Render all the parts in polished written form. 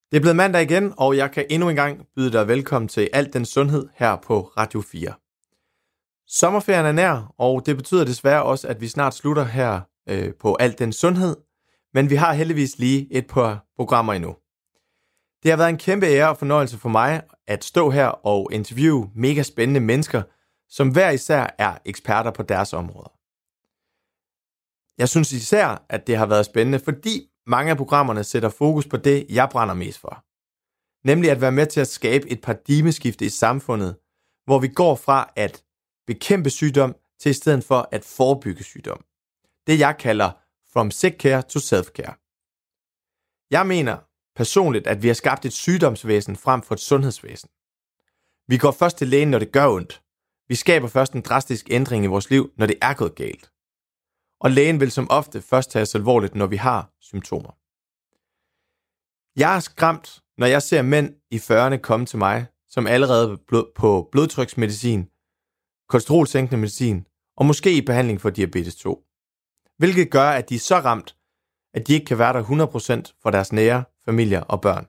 Det er blevet mandag igen, og jeg kan endnu en gang byde dig velkommen til Alt den Sundhed her på Radio 4. Sommerferien er nær, og det betyder desværre også, at vi snart slutter her på Alt den Sundhed, men vi har heldigvis lige et par programmer endnu. Det har været en kæmpe ære og fornøjelse for mig at stå her og interviewe mega spændende mennesker, som hver især er eksperter på deres områder. Jeg synes især, at det har været spændende, fordi mange af programmerne sætter fokus på det, jeg brænder mest for. Nemlig at være med til at skabe et paradigmeskifte i samfundet, hvor vi går fra at bekæmpe sygdom til i stedet for at forebygge sygdom. Det jeg kalder from sick care to self-care. Jeg mener personligt, at vi har skabt et sygdomsvæsen frem for et sundhedsvæsen. Vi går først til lægen, når det gør ondt. Vi skaber først en drastisk ændring i vores liv, når det er gået galt. Og lægen vil som ofte først tage os alvorligt, når vi har symptomer. Jeg er skræmt, når jeg ser mænd i 40'erne komme til mig, som allerede på blodtryksmedicin, kolesterolsænkende medicin og måske i behandling for diabetes 2. Hvilket gør, at de er så ramt, at de ikke kan være der 100% for deres nære, familier og børn.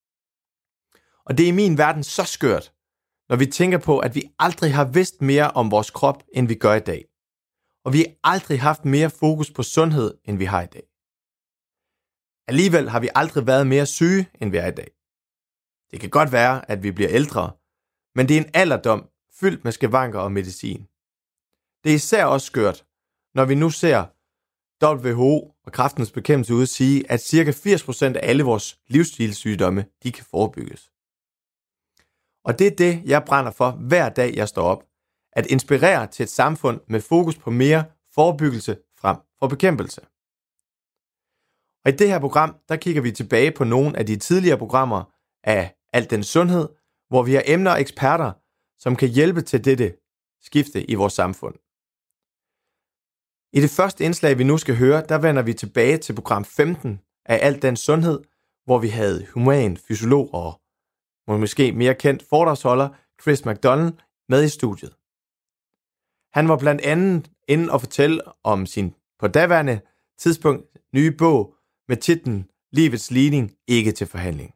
Og det er i min verden så skørt, når vi tænker på, at vi aldrig har vidst mere om vores krop, end vi gør i dag. Og vi har aldrig haft mere fokus på sundhed, end vi har i dag. Alligevel har vi aldrig været mere syge, end vi er i dag. Det kan godt være, at vi bliver ældre, men det er en alderdom fyldt med skavanker og medicin. Det er især også skørt, når vi nu ser WHO og Kræftens Bekæmpelse ude at sige, at ca. 80% af alle vores livsstilssygdomme, de kan forebygges. Og det er det, jeg brænder for hver dag, jeg står op. At inspirere til et samfund med fokus på mere forebyggelse frem for bekæmpelse. Og i det her program, der kigger vi tilbage på nogle af de tidligere programmer af Alt den Sundhed, hvor vi har emner og eksperter, som kan hjælpe til dette skifte i vores samfund. I det første indslag, vi nu skal høre, der vender vi tilbage til program 15 af Alt den Sundhed, hvor vi havde human fysiolog og måske mere kendt foredragsholder Chris McDonald med i studiet. Han var blandt andet inde og fortælle om sin på daværende tidspunkt nye bog med titlen Livets ligning ikke til forhandling.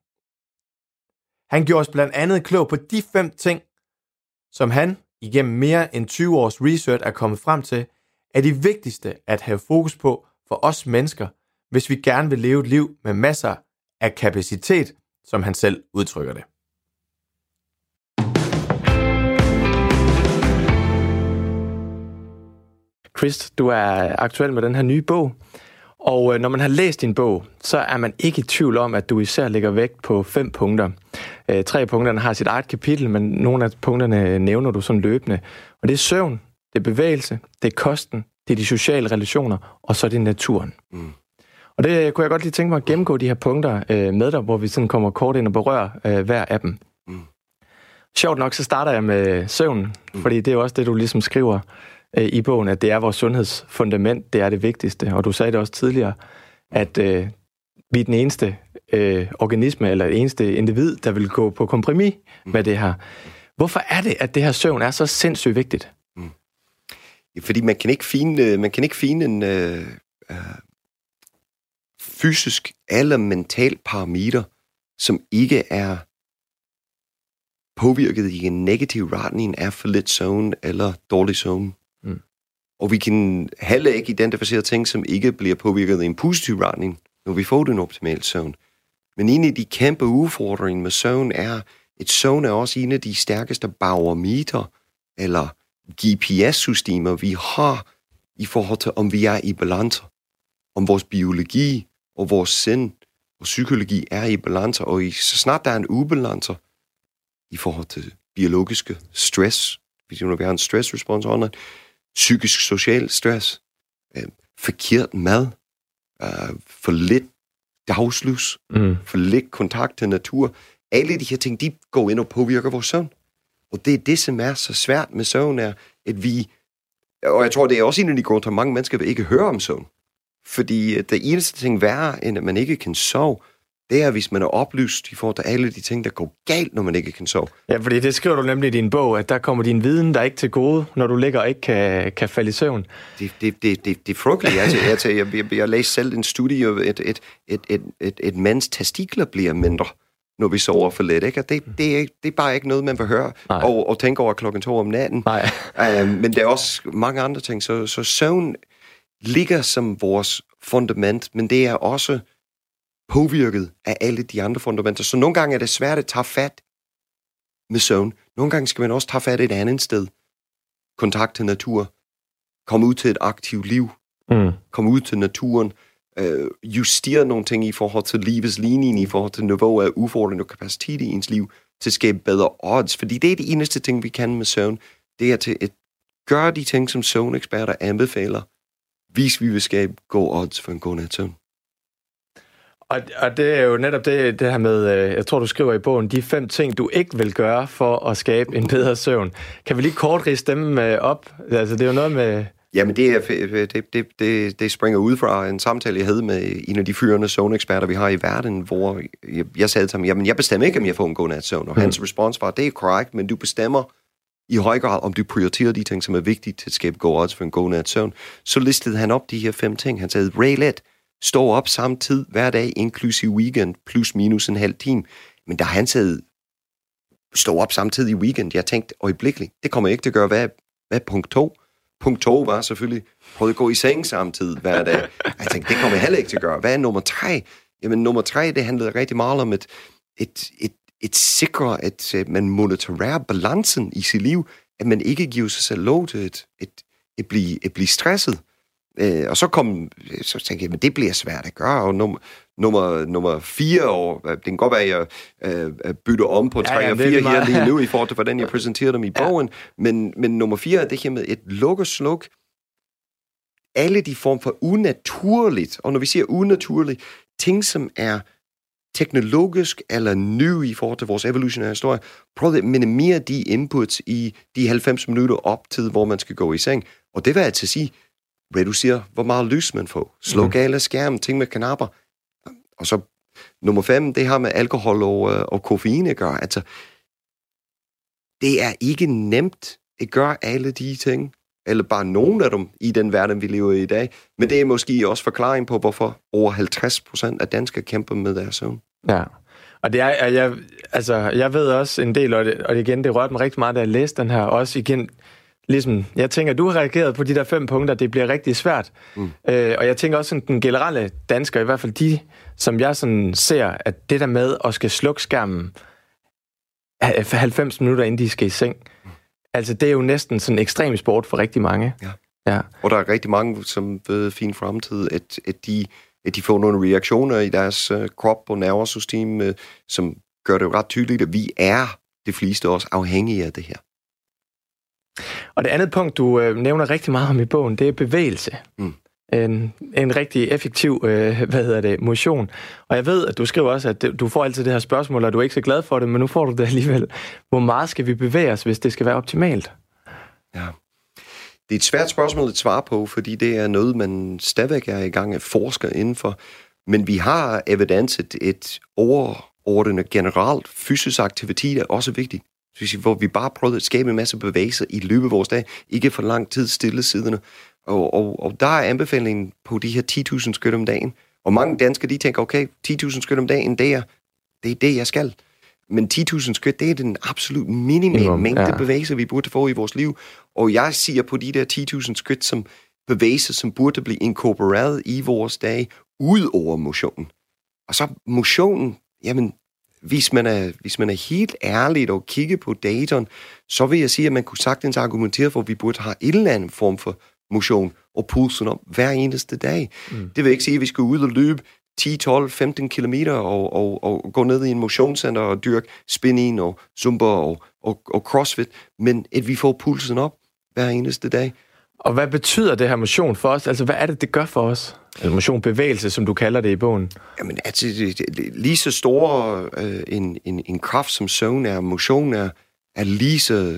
Han gjorde os blandt andet klog på de 5 ting, som han igennem mere end 20 års research er kommet frem til, er de vigtigste at have fokus på for os mennesker, hvis vi gerne vil leve et liv med masser af kapacitet, som han selv udtrykker det. Chris, du er aktuel med den her nye bog, og når man har læst din bog, så er man ikke i tvivl om, at du især lægger vægt på 5 punkter. 3 af punkterne har sit eget kapitel, men nogle af punkterne nævner du sådan løbende. Og det er søvn, det er bevægelse, det er kosten, det er de sociale relationer, og så er det naturen. Og det kunne jeg godt lige tænke mig at gennemgå de her punkter med dig, hvor vi sådan kommer kort ind og berører hver af dem. Sjovt nok, så starter jeg med søvn, fordi det er jo også det, du ligesom skriver i bogen, at det er vores sundhedsfundament, det er det vigtigste. Og du sagde det også tidligere, at vi er den eneste organisme, eller det eneste individ, der vil gå på kompromis med det her. Hvorfor er det, at det her søvn er så sindssygt vigtigt? Fordi man kan ikke finde en fysisk eller mental parameter, som ikke er påvirket i en negativ retning af for lidt søvn eller dårlig søvn. Og vi kan heller ikke identificere ting, som ikke bliver påvirket i en positiv retning, når vi får den optimale søvn. Men en af de kæmpe udfordringer med søvn er, at søvn er også en af de stærkeste barometer eller GPS-systemer, vi har i forhold til, om vi er i balance. Om vores biologi og vores sind og psykologi er i balance. Og så snart der er en ubalance i forhold til biologiske stress, hvis vi har en stressrespons online, psykisk social stress, forkert mad, for lidt dagslys, for lidt kontakt til natur. Alle de her ting, de går ind og påvirker vores søvn. Og det er det, som er så svært med søvn, er, at vi... Og jeg tror, det er også en af de grunde til, at mange mennesker vil ikke høre om søvn. Fordi det eneste ting værre, end at man ikke kan sove, det er, hvis man er oplyst i forhold til alle de ting, der går galt, når man ikke kan sove. Ja, fordi det skriver du nemlig i din bog, at der kommer din viden der ikke til gode, når du ligger og ikke kan falde i søvn. Det er frygteligt. Jeg læste selv en studie, at et mands testikler bliver mindre, når vi sover for lidt, ikke? Og det er bare ikke noget, man vil høre og tænke over 2:00 om natten. Men der er også mange andre ting. Så søvn ligger som vores fundament, men det er også påvirket af alle de andre fundamenter. Så nogle gange er det svært at tage fat med søvn. Nogle gange skal man også tage fat et andet sted. Kontakt til natur. Komme ud til et aktivt liv. Komme ud til naturen. Justere nogle ting i forhold til livets ligning, i forhold til niveau af udfordring og kapacitet i ens liv, til at skabe bedre odds. Fordi det er det eneste ting, vi kan med søvn. Det er til at gøre de ting, som søvneksperter anbefaler, hvis vi vil skabe gode odds for en god nat søvn. Og det er jo netop det her med, jeg tror, du skriver i bogen, de 5 ting, du ikke vil gøre for at skabe en bedre søvn. Kan vi lige kort ridse dem op? Altså, det er jo noget med... Jamen, det springer ud fra en samtale, jeg havde med en af de førende søvneksperter, vi har i verden, hvor jeg sagde til ham, jamen, jeg bestemmer ikke, om jeg får en god nat søvn. Og hans respons var, det er korrekt, men du bestemmer i høj grad, om du prioriterer de ting, som er vigtige til at skabe gode odds for en god nat søvn. Så listede han op de her 5 ting. Han sagde, regel 1, stå op samme tid hver dag, inklusive weekend, plus minus en halv time. Men da han sagde, stå op samme tid i weekend, jeg tænkte øjeblikkeligt, det kommer jeg ikke til at gøre. Hvad er punkt 2? Punkt 2 var selvfølgelig, prøv at gå i seng samtidig hver dag. Jeg tænkte, det kommer jeg heller ikke til at gøre. Hvad er nummer 3? Jamen, nummer 3, det handlede rigtig meget om et sikre, at man monitorerer balancen i sit liv, at man ikke giver sig selv lov til at blive stresset. Og så tænkte jeg, men det bliver svært at gøre. Og nummer 4, og det kan godt være, at jeg bytter om på 3 og 4 her lige nu, i forhold til, hvordan jeg præsenterer dem i bogen. Men nummer 4 er det her med et luk og sluk. Alle de form for unaturligt, og når vi siger unaturligt, ting, som er teknologisk eller ny i forhold til vores evolutionære historie, prøv at minimere de inputs i de 90 minutter op til, hvor man skal gå i seng. Og det vil jeg til at sige, reducere, hvor meget lys man får. Sluk alle skærmen, ting med knapper. Og så nummer 5, det har med alkohol og koffein at gøre. Altså, det er ikke nemt at gøre alle de ting, eller bare nogle af dem i den verden, vi lever i dag. Men det er måske også forklaring på, hvorfor over 50% af danskere kæmper med deres søvn. Ja, og det er, jeg ved også en del, og igen, det rørte mig rigtig meget, da jeg læste den her, også igen, ligesom, jeg tænker, du har reageret på de der 5 punkter, det bliver rigtig svært. Og jeg tænker også, sådan, den generelle dansker, i hvert fald de, som jeg sådan ser, at det der med at skal slukke skærmen 90 minutter, inden de skal i seng, altså det er jo næsten sådan en ekstrem sport for rigtig mange. Ja. Og der er rigtig mange, som ved fin fremtid, at de får nogle reaktioner i deres krop og nervesystem, som gør det jo ret tydeligt, at vi er de fleste også afhængige af det her. Og det andet punkt, du nævner rigtig meget om i bogen, det er bevægelse. En rigtig effektiv, motion. Og jeg ved, at du skriver også, at du får altid det her spørgsmål, og du er ikke så glad for det, men nu får du det alligevel. Hvor meget skal vi bevæge os, hvis det skal være optimalt? Ja. Det er et svært spørgsmål at svare på, fordi det er noget, man stadigvæk er i gang at forske indenfor. Men vi har evidens, et overordnet generelt fysisk aktivitet er også vigtigt. Hvor vi bare prøver at skabe en masse bevægelser i løbet af vores dag, ikke for lang tid stillesiddende. Og der er anbefalingen på de her 10.000 skridt om dagen. Og mange danskere, de tænker, okay, 10.000 skridt om dagen, det er det, jeg skal. Men 10.000 skridt, det er den absolut minimum mængde bevægelser, vi burde få i vores liv. Og jeg siger på de der 10.000 skridt, som bevægelser, som burde blive inkorporeret i vores dag, ud over motionen. Og så motionen, jamen, hvis man er helt ærlig og kigger på dataen, så vil jeg sige, at man kunne sagtens argumentere for, at vi burde have en eller anden form for motion og pulsen op hver eneste dag. Det vil ikke sige, at vi skal ud og løbe 10, 12, 15 kilometer og gå ned i en motionscenter og dyrke spinning og zumba og crossfit, men at vi får pulsen op hver eneste dag. Og hvad betyder det her motion for os? Altså, hvad er det gør for os? Eller motion-bevægelse, som du kalder det i bogen. Jamen, altså, lige så stor en kraft som søvn er, motion er lige så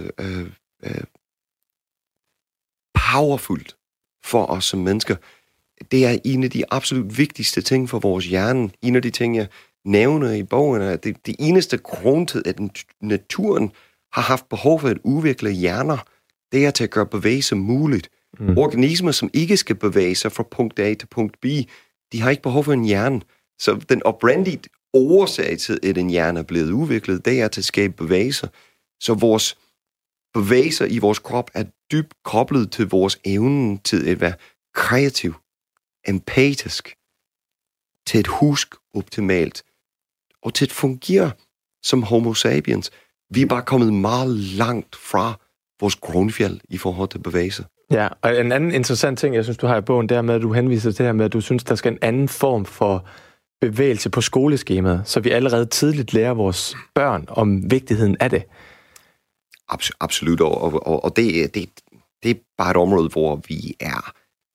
powerfult for os som mennesker. Det er en af de absolut vigtigste ting for vores hjerne. En af de ting, jeg nævner i bogen, er, at det eneste grund til, at naturen har haft behov for at udvikle hjerner, det er til at gøre bevægelse muligt. Organismer, som ikke skal bevæge sig fra punkt A til punkt B, de har ikke behov for en hjerne. Så den oprindelige årsag til, at en hjerne er blevet udviklet, det er til at skabe bevægelser. Så vores bevægelser i vores krop er dybt koblet til vores evne til at være kreativ, empatisk, til at huske optimalt, og til at fungere som homo sapiens. Vi er bare kommet meget langt fra vores grundfjeld i forhold til bevægelser. Ja, og en anden interessant ting, jeg synes, du har i bogen, det er med, at du henviser til det her med, at du synes, der skal en anden form for bevægelse på skoleskemaet, så vi allerede tidligt lærer vores børn om vigtigheden af det. Absolut, og det er bare et område, hvor vi er,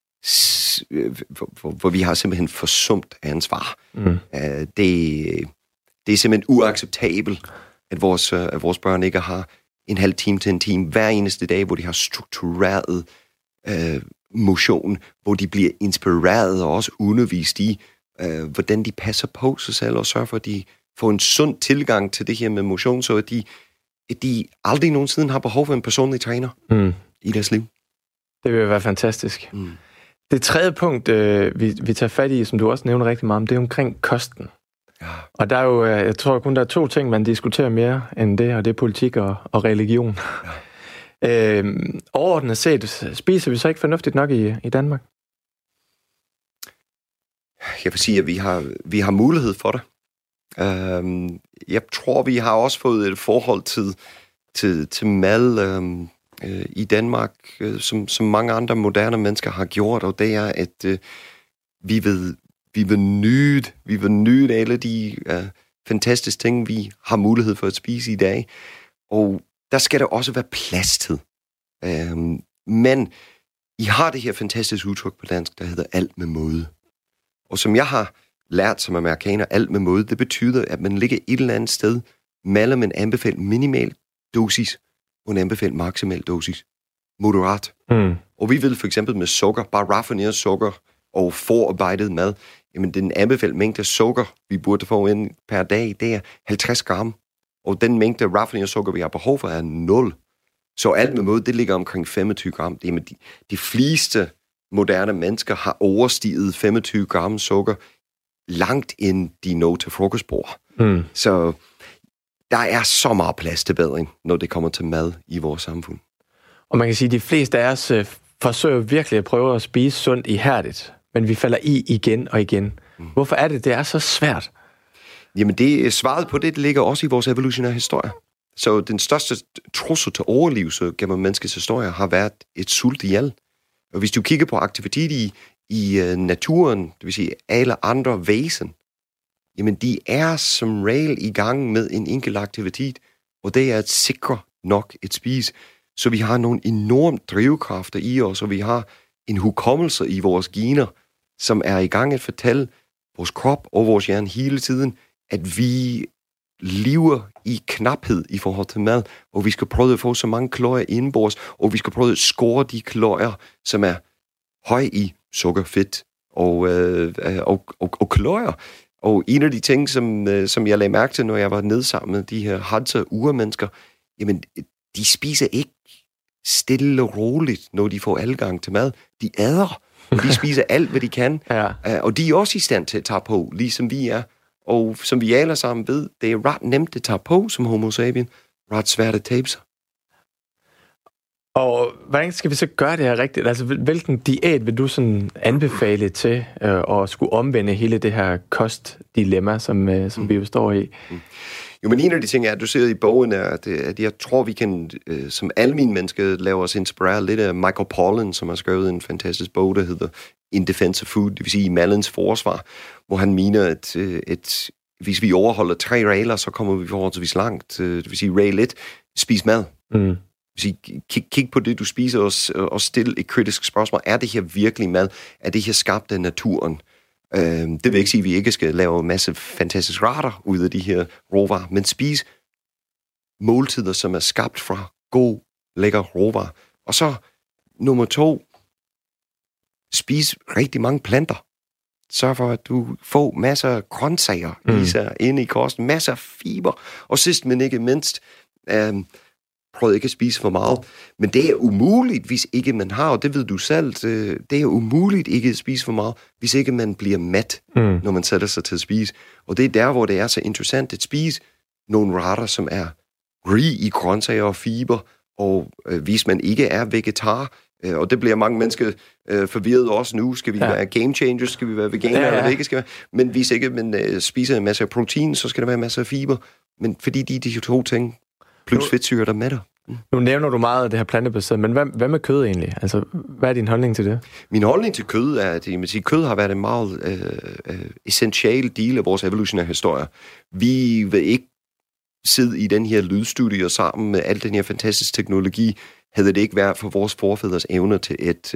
hvor vi har simpelthen forsumpt ansvar. Det er simpelthen uacceptabelt, at vores børn ikke har en halv time til en time hver eneste dag, hvor de har struktureret motion, hvor de bliver inspireret og også undervist i, hvordan de passer på sig selv og sørger for, at de får en sund tilgang til det her med motion, så at de aldrig nogensinde har behov for en personlig træner i deres liv. Det vil være fantastisk. Det tredje punkt, vi tager fat i, som du også nævner rigtig meget om, det er omkring kosten. Ja. Og der er jo, jeg tror kun, der er 2 ting, man diskuterer mere end det, og det er politik og religion. Ja. Overordnet set, spiser vi så ikke fornuftigt nok i Danmark? Jeg vil sige, at vi har mulighed for det. Jeg tror, vi har også fået et forhold til mad i Danmark, som mange andre moderne mennesker har gjort, og det er, at vi vil nyde alle de fantastiske ting, vi har mulighed for at spise i dag. Og der skal der også være plads til. Men I har det her fantastiske udtryk på dansk, der hedder alt med måde. Og som jeg har lært som amerikaner, alt med måde, det betyder, at man ligger et eller andet sted mellem en anbefalet minimal dosis og en anbefalet maksimal dosis. Moderat. Og vi ved for eksempel med sukker, bare raffineret sukker og forarbejdet mad, jamen den anbefalede mængde sukker, vi burde få ind per dag, det er 50 gram. Og den mængde raffineret sukker, vi har behov for, er 0. Så alt med måde, det ligger omkring 25 gram. Jamen, de fleste moderne mennesker har overstiget 25 gram sukker langt ind de når til frokostbord. Så der er så meget plads til bedring, når det kommer til mad i vores samfund. Og man kan sige, at de fleste af os forsøger virkelig at prøve at spise sundt ihærdigt, men vi falder i igen og igen. Hvorfor er det er så svært? Jamen, det svaret på det ligger også i vores evolutionære historie. Så den største trussel til overlevelse gennem menneskets historie har været et sult ihjel. Og hvis du kigger på aktivitet i naturen, det vil sige alle andre væsen, jamen de er som regel i gang med en enkelt aktivitet, og det er at sikre nok et spise. Så vi har nogle enormt drivkræfter i os, og vi har en hukommelse i vores gener, som er i gang at fortælle vores krop og vores hjerne hele tiden, at vi lever i knaphed i forhold til mad, og vi skal prøve at få så mange kalorier indenbords, og vi skal prøve at score de kalorier, som er høj i sukker, fedt og kalorier. Og en af de ting, som jeg lagde mærke til, når jeg var nede sammen med de her Hadza-urmennesker, jamen, de spiser ikke stille og roligt, når de får adgang til mad. De æder, og de spiser alt, hvad de kan. Ja. Og de er også i stand til at tage på, ligesom vi er. Og som vi alle sammen ved, det er ret nemt at tage på som homo sapien, ret svært at tabe sig. Og hvordan skal vi så gøre det her rigtigt? Altså, hvilken diæt vil du sådan anbefale til at skulle omvende hele det her kostdilemma, som vi jo står i? Jo, men en af de ting, du ser i bogen, er, at jeg tror, vi kan, som almindelige mennesker, lave os inspirere lidt af Michael Pollan, som har skrevet en fantastisk bog, der hedder In Defense of Food, det vil sige i madens forsvar, hvor han mener, at hvis vi overholder 3 regler, så kommer vi forholdsvis langt. Det vil sige, regel 1, spis mad. Kig på det, du spiser, og stil et kritisk spørgsmål. Er det her virkelig mad? Er det her skabt af naturen? Det vil ikke sige, at vi ikke skal lave en masse fantastiske retter ud af de her råvarer, men spis måltider, som er skabt fra god, lækker råvarer. Og så nummer 2, spis rigtig mange planter. Sørg for, at du får masser af grøntsager i sig inde i kosten, masser af fiber. Og sidst, men ikke mindst, prøv ikke at spise for meget. Men det er umuligt, hvis ikke man har, og det ved du selv, det er umuligt ikke at spise for meget, hvis ikke man bliver mat, når man sætter sig til at spise. Og det er der, hvor det er så interessant at spise nogle retter, som er rig i grøntsager og fiber, og hvis man ikke er vegetar, og det bliver mange mennesker forvirret også nu, skal vi være game changers, skal vi være veganer eller ikke skal være, men hvis ikke man spiser en masse protein, så skal der være masser af fiber, men fordi de to ting, plus fedtsyre, der mætter. Nu nævner du meget af det her plantebaseret, men hvad med kød egentlig? Altså, hvad er din holdning til det? Min holdning til kød er, at kød har været en meget essentiel del af vores evolutionære historie. Vi vil ikke sidde i den her lydstudie sammen med al den her fantastiske teknologi, havde det ikke været for vores forfædres evner til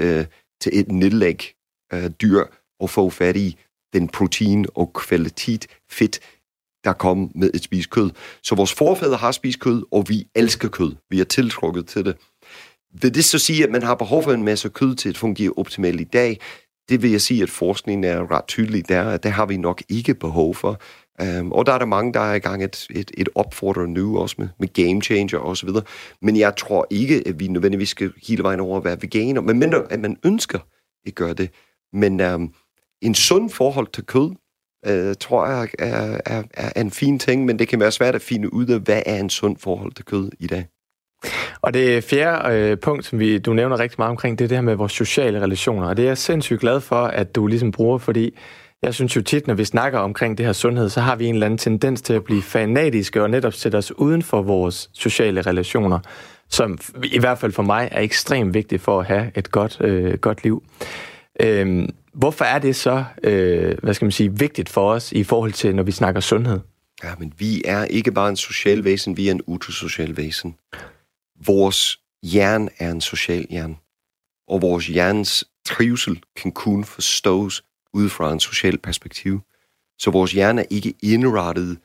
et nedlæg dyr og få fat i den protein og kvalitet fedt, der kom med et spise kød. Så vores forfædre har spist kød, og vi elsker kød. Vi er tiltrukket til det. Vil det så sige, at man har behov for en masse kød til at fungere optimalt i dag? Det vil jeg sige, at forskningen er ret tydelig der, at det har vi nok ikke behov for. Og der er der mange, der er i gang et opfordrer nu, også med game changer og så videre. Men jeg tror ikke, at vi nødvendigvis skal hele vejen over at være veganer, medmindre at man ønsker at gøre det. Men en sund forhold til kød, tror jeg er en fin ting, men det kan være svært at finde ud af, hvad er en sund forhold til kød i dag. Og det fjerde punkt, som du nævner rigtig meget omkring, det er det her med vores sociale relationer. Og det er jeg sindssygt glad for, at du ligesom bruger, fordi jeg synes jo tit, når vi snakker omkring det her sundhed, så har vi en eller anden tendens til at blive fanatiske og netop sætte os uden for vores sociale relationer, som i hvert fald for mig er ekstremt vigtigt for at have et godt liv. Hvorfor er det så, vigtigt for os i forhold til, når vi snakker sundhed? Ja, men vi er ikke bare en social væsen, vi er en utrosocial væsen. Vores hjerne er en social hjerne, og vores hjernes trivsel kan kun forstås ud fra en social perspektiv. Så vores hjerne er ikke indrettet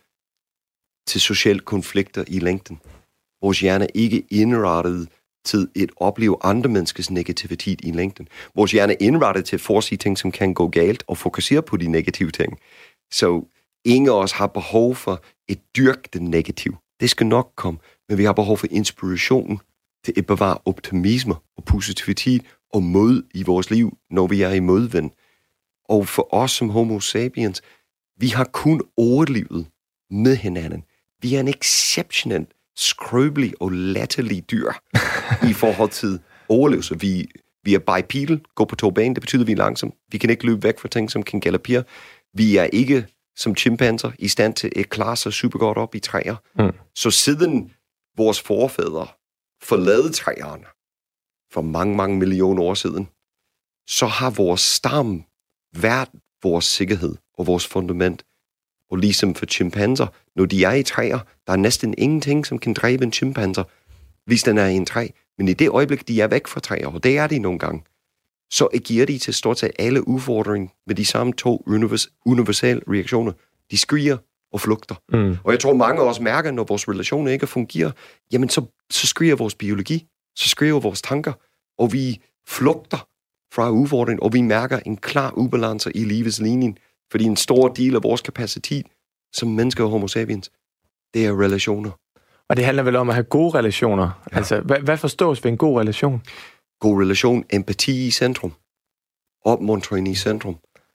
til sociale konflikter i længden. Vores hjerne er ikke indrettet til at opleve andre menneskers negativitet i længden. Vores hjerne er indrettet til at forudse ting, som kan gå galt, og fokusere på de negative ting. Så ingen af os har behov for at dyrke det negative. Det skal nok komme, men vi har behov for inspiration til at bevare optimisme og positivitet og mod i vores liv, når vi er i modvind. Og for os som homo sapiens, vi har kun overlevet med hinanden. Vi er en exceptionelt skrøbelig og latterlig dyr i forhold til overlevelse. Vi er bipedal, går på to ben, det betyder, at vi er langsomme. Vi kan ikke løbe væk fra ting, som kan galopere. Vi er ikke som chimpanser i stand til at klare sig super godt op i træer. Så siden vores forfædre forlade træerne for mange, mange millioner år siden, så har vores stamme været vores sikkerhed og vores fundament. Og ligesom for chimpanser, når de er i træer, der er næsten ingenting, som kan dræbe en chimpanser, hvis den er i en træ. Men i det øjeblik, de er væk fra træer, og det er de nogle gange, så agerer de til stort set alle udfordringer med de samme to universelle reaktioner. De skriger og flugter. Og jeg tror, mange af os mærker, når vores relationer ikke fungerer, jamen så skriger vores biologi, så skriger vores tanker, og vi flugter fra udfordringen, og vi mærker en klar ubalance i livets linje, fordi en stor del af vores kapacitet som mennesker og homo sapiens, det er relationer. Og det handler vel om at have gode relationer. Ja. Altså, hvad forstås ved en god relation? God relation, empati i centrum, opmuntring i centrum,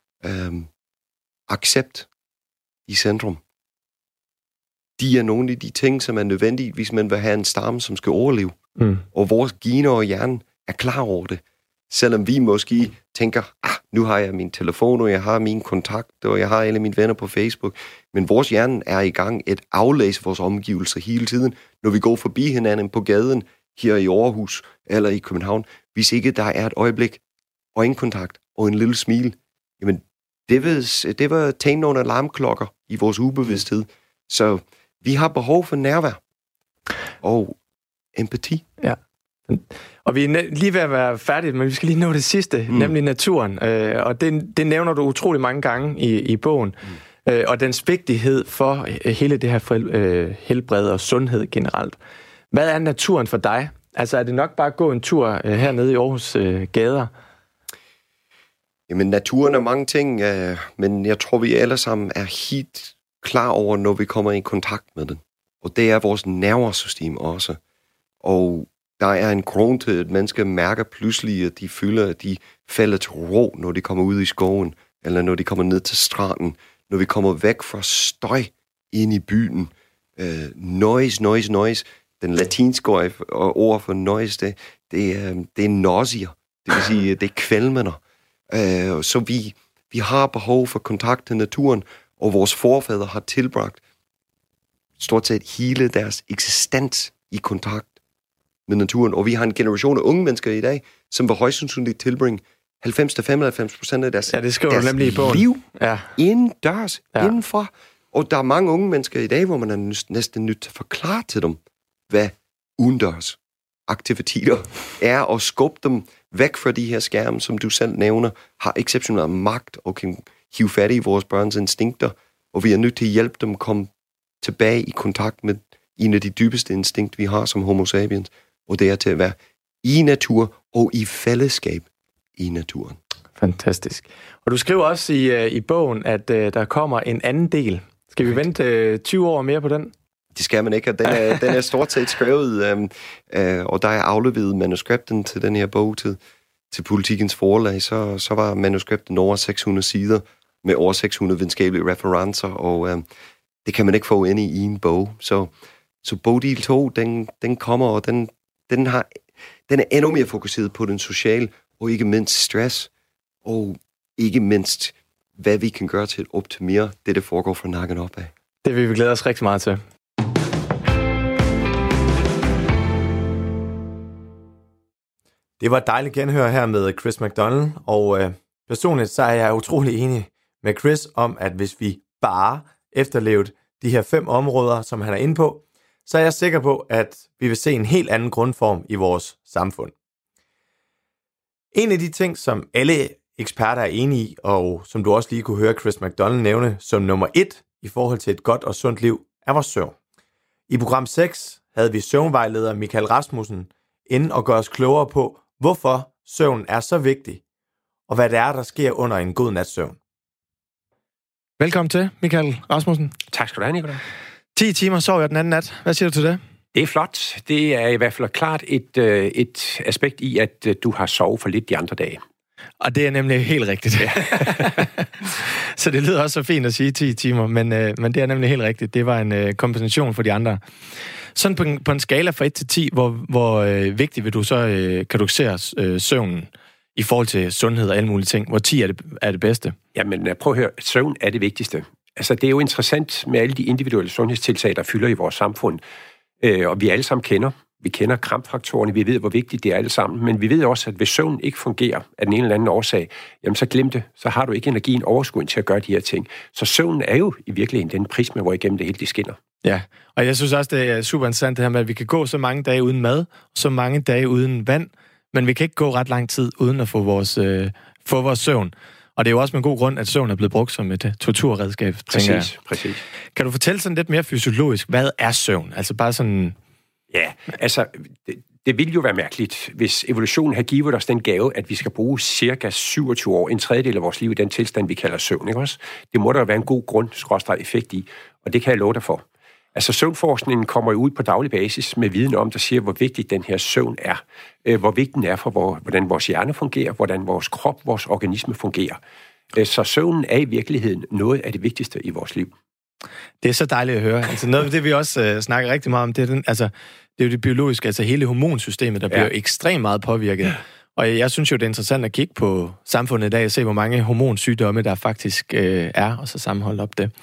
accept i centrum. De er nogle af de ting, som er nødvendige, hvis man vil have en stamme, som skal overleve. Og vores gener og hjerne er klar over det. Selvom vi måske tænker, nu har jeg min telefon, og jeg har min kontakt, og jeg har alle mine venner på Facebook. Men vores hjerne er i gang at aflæse vores omgivelser hele tiden, når vi går forbi hinanden på gaden, her i Aarhus eller i København. Hvis ikke der er et øjeblik, øjenkontakt og en lille smil, jamen det var tændt nogle alarmklokker i vores ubevidsthed. Så vi har behov for nærvær og empati. Ja. Og vi er lige ved at være færdige, men vi skal lige nå det sidste, nemlig naturen. Og det nævner du utrolig mange gange i bogen. Og dens vigtighed for hele det her helbred og sundhed generelt. Hvad er naturen for dig? Altså er det nok bare at gå en tur hernede i Aarhus gader? Jamen naturen er mange ting, men jeg tror vi alle sammen er helt klar over, når vi kommer i kontakt med den. Og det er vores nervesystem også. Og der er en grund til, at mennesker mærker pludselig, at de føler, at de falder til ro, når de kommer ud i skoven, eller når de kommer ned til stranden, når vi kommer væk fra støj ind i byen. Noise. Den latinske ord for noise, det er nausea. Det vil sige, det er kvalmender. Så vi har behov for kontakt til naturen, og vores forfædre har tilbragt stort set hele deres eksistens i kontakt med naturen. Og vi har en generation af unge mennesker i dag, som vil højst sandsynligt tilbringe 90-95% af deres, liv indendørs, indenfor. Og der er mange unge mennesker i dag, hvor man er næsten nødt til at forklare til dem, hvad udendørs aktiviteter er, og skubbe dem væk fra de her skærme, som du selv nævner, har exceptionel magt og kan hive fat i vores børns instinkter, og vi er nødt til at hjælpe dem at komme tilbage i kontakt med en af de dybeste instinkt, vi har som homo sapiens, og det er til at være i natur og i fællesskab i naturen. Fantastisk. Og du skriver også i bogen, at der kommer en anden del. Skal vi vente 20 år mere på den? Det skal man ikke, og den er stort set skrevet, og der er afleveret manuskripten til den her bog til Politikens Forlag, så var manuskripten over 600 sider med over 600 videnskabelige referencer, og det kan man ikke få ind i en bog. Så bogdel 2, den kommer, og den er endnu mere fokuseret på den sociale, og ikke mindst stress, og ikke mindst, hvad vi kan gøre til at optimere det, der foregår fra nakken opad. Det vil vi glæde os rigtig meget til. Det var et dejligt genhør her med Chris MacDonald, og personligt så er jeg utrolig enig med Chris om, at hvis vi bare efterlevede de her 5 områder, som han er inde på, så er jeg sikker på, at vi vil se en helt anden grundform i vores samfund. En af de ting, som alle eksperter er enige i, og som du også lige kunne høre Chris MacDonald nævne som nummer 1 i forhold til et godt og sundt liv, er vores søvn. I program 6 havde vi søvnvejleder Michael Rasmussen inde og gøre os klogere på, hvorfor søvn er så vigtig, og hvad det er, der sker under en god nats søvn. Velkommen til, Michael Rasmussen. Tak skal du have, Nicolai. 10 timer sov jeg den anden nat. Hvad siger du til det? Det er flot. Det er i hvert fald klart et aspekt i, at du har sovet for lidt de andre dage. Og det er nemlig helt rigtigt. Ja. Så det lyder også så fint at sige 10 timer, men det er nemlig helt rigtigt. Det var en kompensation for de andre. Sådan på en skala fra 1 til 10, hvor vigtigt vil du så kategorisere søvnen i forhold til sundhed og alle mulige ting? Hvor 10 er det bedste? Jamen, prøv at høre. Søvn er det vigtigste. Altså, det er jo interessant med alle de individuelle sundhedstiltag, der fylder i vores samfund, og vi alle sammen kender. Vi kender krampfaktorerne, vi ved, hvor vigtigt det er alle sammen, men vi ved også, at hvis søvn ikke fungerer af den ene eller anden årsag, jamen så glem det, så har du ikke energien overskud til at gøre de her ting. Så søvn er jo i virkeligheden den prisme, hvor igennem det hele det skinner. Ja, og jeg synes også, det er super interessant det her med, at vi kan gå så mange dage uden mad, så mange dage uden vand, men vi kan ikke gå ret lang tid uden at få vores søvn. Og det er jo også med god grund, at søvn er blevet brugt som et torturredskab. Præcis. Kan du fortælle sådan lidt mere fysiologisk, hvad er søvn? Altså bare sådan... Ja, altså, det ville jo være mærkeligt, hvis evolutionen havde givet os den gave, at vi skal bruge cirka 27 år, en tredjedel af vores liv i den tilstand, vi kalder søvn, ikke også? Det må der være en god grund/effekt i, og det kan jeg love dig for. Altså, søvnforskningen kommer jo ud på daglig basis med viden om, der siger, hvor vigtig den her søvn er. Hvor vigtig den er for, hvordan vores hjerne fungerer, hvordan vores krop, vores organisme fungerer. Så søvnen er i virkeligheden noget af det vigtigste i vores liv. Det er så dejligt at høre. Altså noget af det, vi også snakker rigtig meget om, det er jo det biologiske, altså hele hormonsystemet, der bliver ekstremt meget påvirket. Og jeg synes jo, det er interessant at kigge på samfundet i dag og se, hvor mange hormonsygdomme, der faktisk er, og så sammenholde op det.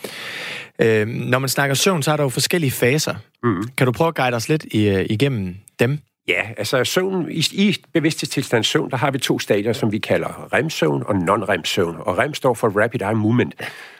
Når man snakker søvn, så er der jo forskellige faser. Mm. Kan du prøve at guide os lidt igennem dem? Ja, altså søvn, i bevidsthedstilstand søvn, der har vi 2 stadier, som vi kalder REM-søvn og non-REM-søvn. Og REM står for Rapid Eye Movement.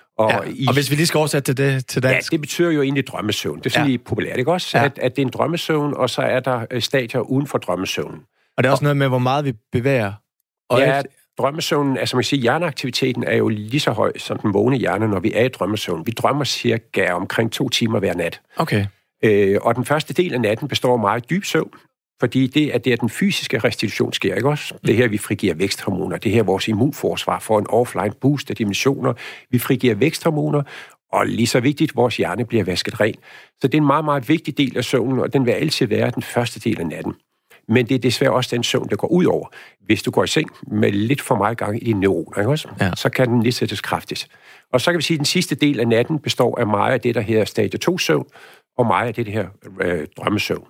Og hvis vi lige skal oversætte det til dansk? Ja, det betyder jo egentlig drømmesøvn. Det er sådan lige populært, ikke også? Ja. At det er en drømmesøvn, og så er der stadier uden for drømmesøvnen. Og det er også noget med, hvor meget vi bevæger. Ja, drømmesøvnen, altså man kan sige, hjerneaktiviteten er jo lige så høj som den vågne hjerne, når vi er i drømmesøvn. Vi drømmer cirka omkring 2 timer hver nat. Okay. Og den første del af natten består af meget dyb søvn, fordi det er der, den fysiske restitution sker, ikke også? Det her, vi frigiver væksthormoner. Det her, vores immunforsvar får en offline boost af dimensioner. Vi frigiver væksthormoner, Og lige så vigtigt, vores hjerne bliver vasket ren. Så det er en meget, meget vigtig del af søvnen, og den vil altid være den første del af natten. Men det er desværre også den søvn, der går ud over. Hvis du går i seng med lidt for meget gang i dine neuroner, ikke også? Ja. Så kan den nedsættes kraftigt. Og så kan vi sige, at den sidste del af natten består af meget af det, der hedder stadie 2-søvn, og meget af det her drømmesøvn.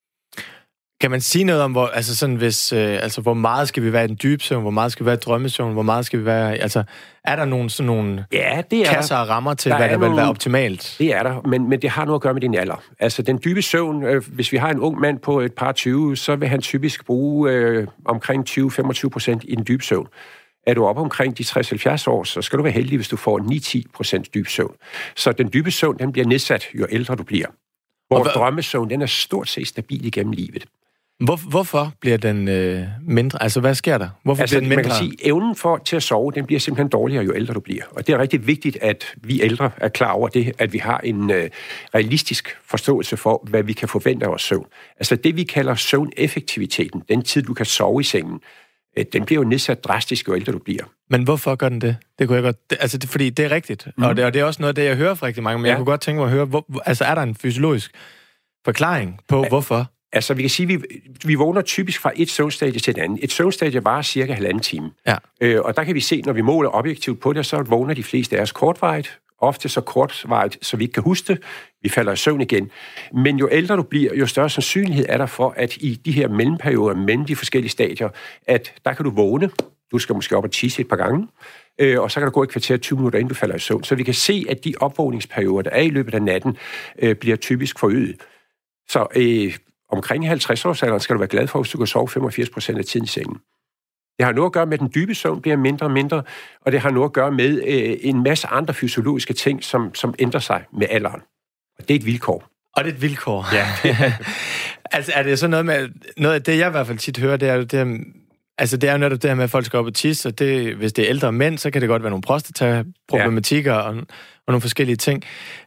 Kan man sige noget om, hvor, altså sådan, hvor meget skal vi være i den dybe søvn, hvor meget skal vi være i drømmesøvn, hvor meget skal vi være... Altså, er der sådan nogle kasser og rammer til, hvad der vil være optimalt? Det er der, men det har noget at gøre med din alder. Altså, den dybe søvn, hvis vi har en ung mand på et par 20, så vil han typisk bruge omkring 20-25% i den dybe søvn. Er du oppe omkring de 60-70 år, så skal du være heldig, hvis du får 9-10% dyb søvn. Så den dybe søvn, den bliver nedsat, jo ældre du bliver. Hvor drømmesøvn, den er stort set stabil igennem livet. Hvorfor bliver den mindre? Altså, hvad sker der? Hvorfor bliver den mindre? Man kan sige, evnen til at sove, den bliver simpelthen dårligere, jo ældre du bliver. Og det er rigtig vigtigt, at vi ældre er klar over det, at vi har en realistisk forståelse for, hvad vi kan forvente af vores søvn. Altså, det vi kalder søvneffektiviteten, den tid, du kan sove i sengen, den bliver jo nedsat drastisk, jo ældre du bliver. Men hvorfor gør den det? Det kunne jeg godt... fordi det er rigtigt. Og det er også noget af det, jeg hører fra rigtig mange, men jeg kunne godt tænke mig at høre, er der en fysiologisk forklaring på, hvorfor? Altså, vi kan sige, vi vågner typisk fra et søvnstadie til et andet. Et søvnstadie varer cirka 1,5 time. Ja. Og der kan vi se, når vi måler objektivt på det, så vågner de fleste af os kortvarigt. Ofte så kortvarigt, så vi ikke kan huske det. Vi falder i søvn igen. Men jo ældre du bliver, jo større sandsynlighed er der for, at i de her mellemperioder mellem de forskellige stadier, at der kan du vågne. Du skal måske op og tisse et par gange. Og så kan der gå et kvarter 20 minutter, inden du falder i søvn. Så vi kan se, at de opvågningsperioder, der er i løbet af natten, bliver typisk forøget. Så omkring 50-årsalderen skal du være glad for, hvis du kan sove 85% af tiden i sengen. Det har noget at gøre med, at den dybe søvn bliver mindre og mindre, og det har noget at gøre med en masse andre fysiologiske ting, som ændrer sig med alderen. Og det er et vilkår. Og det er et vilkår? Ja. Altså, er det så noget af det, jeg i hvert fald tit hører, det er jo det, altså det er jo netop det her med, at folk skal op og tisse, og det, hvis det er ældre mænd, så kan det godt være nogle prostataproblematikker og nogle forskellige ting.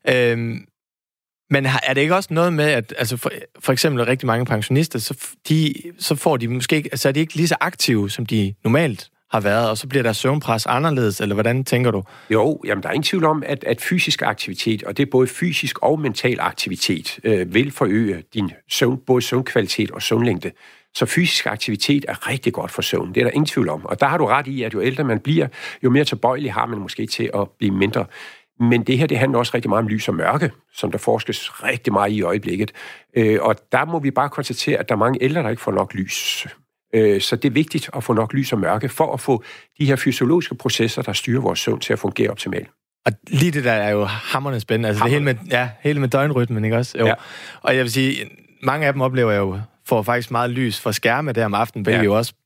Men er det ikke også noget med, at altså for eksempel rigtig mange pensionister, så får de måske ikke, altså er de ikke lige så aktive, som de normalt har været, og så bliver der søvnpres anderledes, eller hvordan tænker du? Jo, jamen der er ingen tvivl om, at fysisk aktivitet, og det er både fysisk og mental aktivitet, vil forøge din søvn, både søvnkvalitet og søvnlængde. Så fysisk aktivitet er rigtig godt for søvn, det er der ingen tvivl om. Og der har du ret i, at jo ældre man bliver, jo mere tilbøjelig har man måske til at blive mindre. Men det her, det handler også rigtig meget om lys og mørke, som der forskes rigtig meget i øjeblikket. Og der må vi bare konstatere, at der er mange ældre, der ikke får nok lys. Så det er vigtigt at få nok lys og mørke, for at få de her fysiologiske processer, der styrer vores søvn, til at fungere optimalt. Og lige det der er jo hamrende spændende. Altså det hele med døgnrytmen, ikke også? Jo. Ja. Og jeg vil sige, mange af dem oplever jeg jo, får faktisk meget lys fra skærme der om aftenen, hvilket jo også...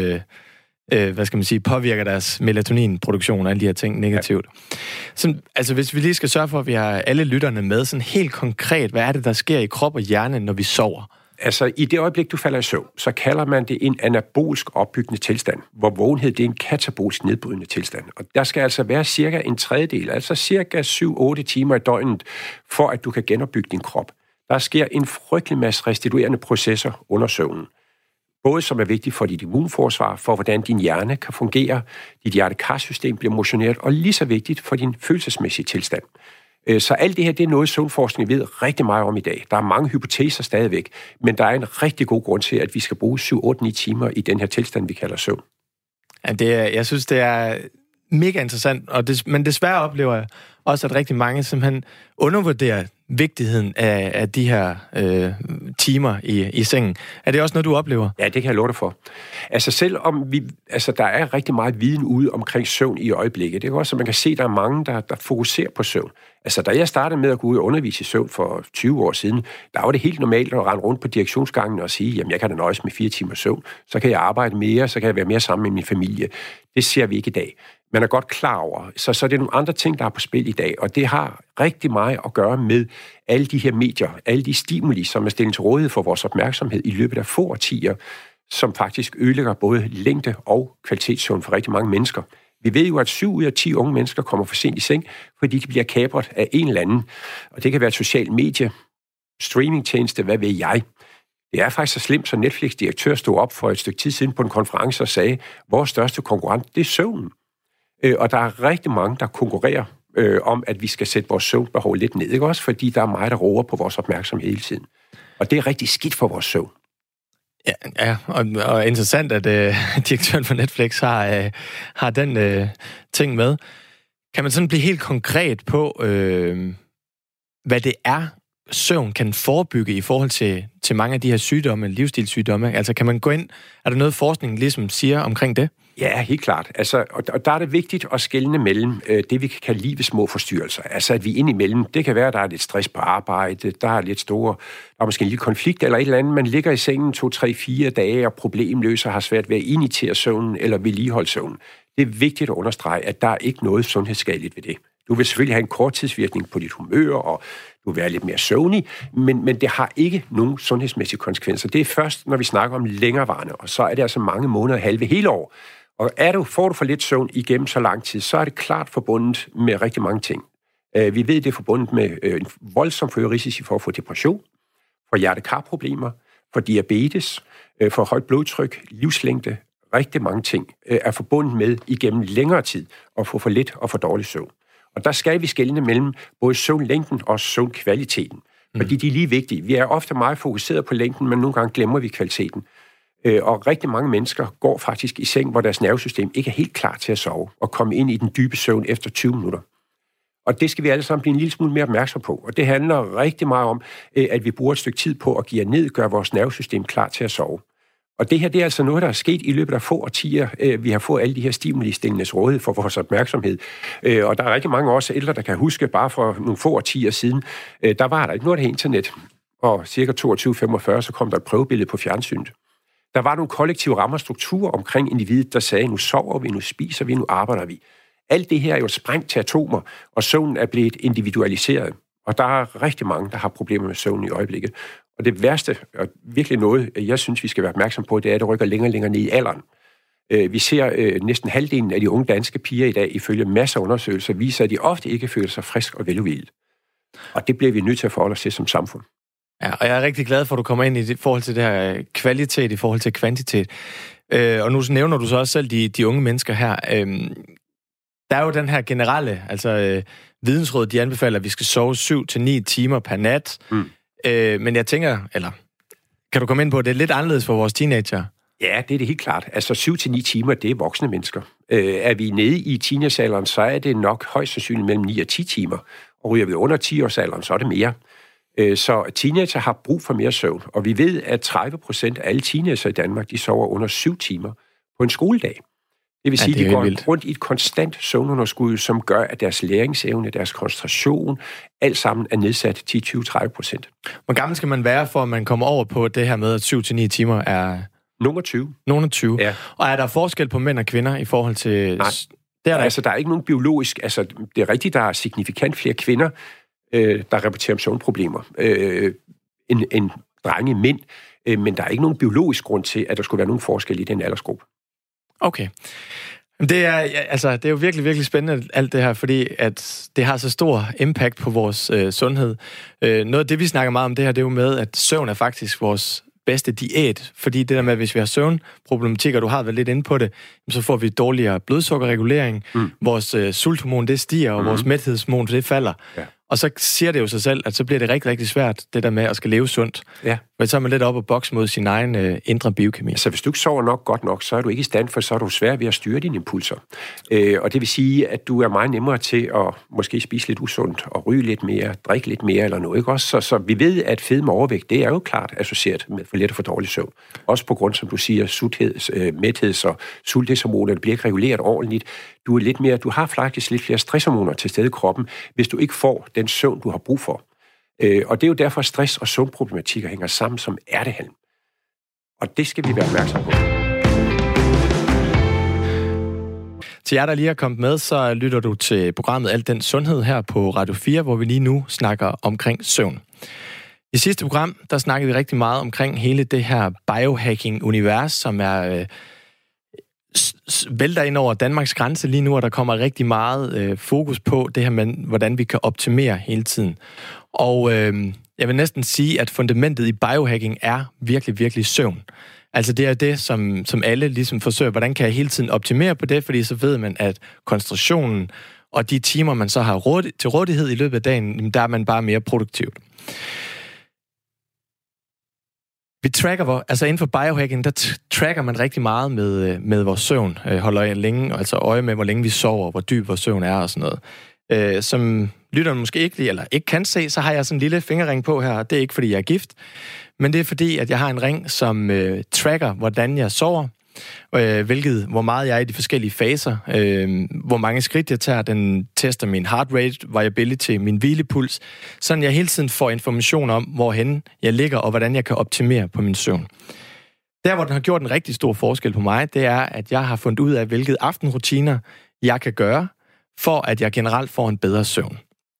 påvirker deres melatoninproduktion og alle de her ting negativt. Ja. Så, altså, hvis vi lige skal sørge for, at vi har alle lytterne med, sådan helt konkret, hvad er det, der sker i krop og hjerne, når vi sover? Altså, i det øjeblik, du falder i søvn, så kalder man det en anabolsk opbyggende tilstand, hvor vågenhed, det er en katabolsk nedbrydende tilstand. Og der skal altså være cirka en tredjedel, altså cirka 7-8 timer i døgnet, for at du kan genopbygge din krop. Der sker en frygtelig masse restituerende processer under søvnen. Både som er vigtigt for dit immunforsvar, for hvordan din hjerne kan fungere, dit hjertekarsystem bliver motioneret, og lige så vigtigt for din følelsesmæssige tilstand. Så alt det her, det er noget, søvnforskning ved rigtig meget om i dag. Der er mange hypoteser stadigvæk, men der er en rigtig god grund til, at vi skal bruge 7-8-9 timer i den her tilstand, vi kalder søvn. Ja, jeg synes, det er mega interessant, men desværre oplever jeg også, at rigtig mange simpelthen undervurderer vigtigheden af de her timer i sengen. Er det også noget, du oplever? Ja, det kan jeg love dig for. Altså selvom der er rigtig meget viden ude omkring søvn i øjeblikket. Det er også, at man kan se, at der er mange, der fokuserer på søvn. Altså da jeg startede med at gå ud og undervise i søvn for 20 år siden, der var det helt normalt at rende rundt på direktionsgangen og sige, jamen jeg kan da nøjes med 4 timer søvn, så kan jeg arbejde mere, så kan jeg være mere sammen med min familie. Det ser vi ikke i dag. Man er godt klar over. Så det er nogle andre ting, der er på spil i dag, og det har rigtig meget at gøre med alle de her medier, alle de stimuli, som er stillet til rådighed for vores opmærksomhed i løbet af få årtier, som faktisk ødelægger både længde og kvalitetssøvn for rigtig mange mennesker. Vi ved jo, at 7 ud af 10 unge mennesker kommer for sent i seng, fordi de bliver kapret af en eller anden. Og det kan være et socialt medie, streamingtjeneste, hvad ved jeg. Det er faktisk så slemt, så Netflix-direktør stod op for et stykke tid siden på en konference og sagde, vores største konkurrent, det er søvnen. Og der er rigtig mange, der konkurrerer om, at vi skal sætte vores søvnbehov lidt ned, ikke også? Fordi der er meget, der roer på vores opmærksomhed hele tiden. Og det er rigtig skidt for vores søvn. Ja, og interessant, at direktøren for Netflix har den ting med. Kan man sådan blive helt konkret på, hvad det er, søvn kan forebygge i forhold til mange af de her sygdomme, livsstilssygdomme? Altså kan man gå ind, er der noget forskning ligesom siger omkring det? Ja, helt klart. Altså, og der er det vigtigt at skelne mellem det, vi kan kalde livets små forstyrrelser. Altså, at vi indimellem, det kan være, at der er lidt stress på arbejde, der er lidt store, der er måske en lille konflikt eller et eller andet, man ligger i sengen 2, 3, 4 dage og problemløser, har svært ved at initiere søvnen eller vedligeholde søvnen. Det er vigtigt at understrege, at der er ikke noget sundhedsskadeligt ved det. Du vil selvfølgelig have en korttidsvirkning på dit humør, og du vil være lidt mere søvnig, men det har ikke nogen sundhedsmæssige konsekvenser. Det er først, når vi snakker om længerevarende, og så er det altså mange måneder, halve hele år. Og får du for lidt søvn igennem så lang tid, så er det klart forbundet med rigtig mange ting. Vi ved, det er forbundet med en voldsom forøget risici for at få depression, for hjerte-kar-problemer, for diabetes, for højt blodtryk, livslængde. Rigtig mange ting er forbundet med igennem længere tid at få for lidt og for dårlig søvn. Og der skal vi skelne mellem både søvnlængden og søvnkvaliteten, fordi de er lige vigtige. Vi er ofte meget fokuseret på længden, men nogle gange glemmer vi kvaliteten. Og rigtig mange mennesker går faktisk i seng, hvor deres nervesystem ikke er helt klar til at sove, og komme ind i den dybe søvn efter 20 minutter. Og det skal vi alle sammen blive en lille smule mere opmærksom på. Og det handler rigtig meget om, at vi bruger et stykke tid på at give ned, gøre vores nervesystem klar til at sove. Og det her, det er altså noget, der er sket i løbet af få årtier. Vi har fået alle de her stimuli-stillendes rådighed for vores opmærksomhed. Og der er rigtig mange af os ældre, der kan huske, bare for nogle få årtier siden, der var der ikke noget af internet. Og cirka 22-45, så kom der et prøvebillede på fjernsynet. Der var nogle kollektive rammer og strukturer omkring individet, der sagde, nu sover vi, nu spiser vi, nu arbejder vi. Alt det her er jo sprængt til atomer, og søvnen er blevet individualiseret. Og der er rigtig mange, der har problemer med søvn i øjeblikket. Og det værste, og virkelig noget, jeg synes, vi skal være opmærksom på, det er, at det rykker længere og længere ned i alderen. Vi ser næsten halvdelen af de unge danske piger i dag, ifølge masser af undersøgelser, viser, at de ofte ikke føler sig frisk og veludhvilet. Og det bliver vi nødt til at forholde os til som samfund. Ja, og jeg er rigtig glad for, at du kommer ind i forhold til det her kvalitet i forhold til kvantitet. Og nu nævner du så også selv de unge mennesker her. Der er jo den her generelle, vidensrådet, de anbefaler, at vi skal sove 7-9 timer per nat. Men jeg tænker, eller kan du komme ind på, at det er lidt anderledes for vores teenager? Ja, det er det helt klart. Altså 7-9 timer, det er voksne mennesker. Er vi nede i teenagealderen, så er det nok højst sandsynligt mellem 9 og 10 timer. Og ryger vi under 10-årsalderen, så er det mere. Så teenager har brug for mere søvn. Og vi ved, at 30% af alle teenager i Danmark, de sover under 7 timer på en skoledag. Det vil sige, at de går rundt i et konstant søvnunderskud, som gør, at deres læringsevne, deres koncentration, alt sammen er nedsat til 20-30%. Hvor gammel skal man være, for at man kommer over på det her med, at 7-9 timer er... Nogle 20. Nogle 20. Ja. Og er der forskel på mænd og kvinder i forhold til... Nej, der er ikke nogen biologisk... Altså, det er rigtigt, der er signifikant flere kvinder, der rapporterer om søvnproblemer, end drenge mænd, men der er ikke nogen biologisk grund til, at der skulle være nogen forskel i den aldersgruppe. Okay. Det er jo virkelig, virkelig spændende alt det her, fordi at det har så stor impact på vores sundhed. Noget af det, vi snakker meget om det her, det er jo med, at søvn er faktisk vores bedste diæt, fordi det der med, at hvis vi har søvnproblematikker, du har været lidt inde på det, så får vi dårligere blodsukkerregulering, vores sulthormon, det stiger, og vores mæthedshormon, det falder. Ja. Og så siger det jo sig selv, at så bliver det rigtig, rigtig svært, det der med at skal leve sundt. Ja. Men så er man lidt op og bokse mod sin egen indre biokemi. Altså, hvis du ikke sover godt nok, så er du ikke i stand for, så er du svær ved at styre dine impulser. Og det vil sige, at du er meget nemmere til at måske spise lidt usundt, og ryge lidt mere, drikke lidt mere eller noget, ikke også? Så vi ved, at fedme og overvægt, det er jo klart associeret med for let og for dårlig søvn. Også på grund, som du siger, mætheds- og sulthedshormoner, bliver ikke reguleret ordentligt. Du har faktisk lidt flere stresshormoner til stede i kroppen, hvis du ikke får den søvn, du har brug for. Og det er jo derfor, at stress og søvnproblematikker hænger sammen som ærtehalm. Og det skal vi være opmærksom på. Til jer, der lige er kommet med, så lytter du til programmet Al den Sundhed her på Radio 4, hvor vi lige nu snakker omkring søvn. I sidste program, der snakkede vi rigtig meget omkring hele det her biohacking-univers, som er vælter ind over Danmarks grænse lige nu, og der kommer rigtig meget fokus på det her med, hvordan vi kan optimere hele tiden. Og jeg vil næsten sige, at fundamentet i biohacking er virkelig, virkelig søvn. Altså det er det, som alle ligesom forsøger, hvordan kan jeg hele tiden optimere på det, fordi så ved man, at koncentrationen og de timer, man så har til rådighed i løbet af dagen, der er man bare mere produktivt. Vi tracker, altså inden for biohacking, der tracker man rigtig meget med vores søvn. Holder længe, altså øje med, hvor længe vi sover, hvor dyb vores søvn er og sådan noget. Som lytteren måske ikke kan se, så har jeg sådan en lille fingerring på her. Det er ikke, fordi jeg er gift, men det er fordi, at jeg har en ring, som tracker, hvordan jeg sover, hvor meget jeg er i de forskellige faser, hvor mange skridt jeg tager. Den tester min heart rate, variability, min hvilepuls, sådan jeg hele tiden får information om, hvorhen jeg ligger, og hvordan jeg kan optimere på min søvn. Der, hvor den har gjort en rigtig stor forskel på mig, det er, at jeg har fundet ud af, hvilke aftenrutiner jeg kan gøre, for at jeg generelt får en bedre søvn.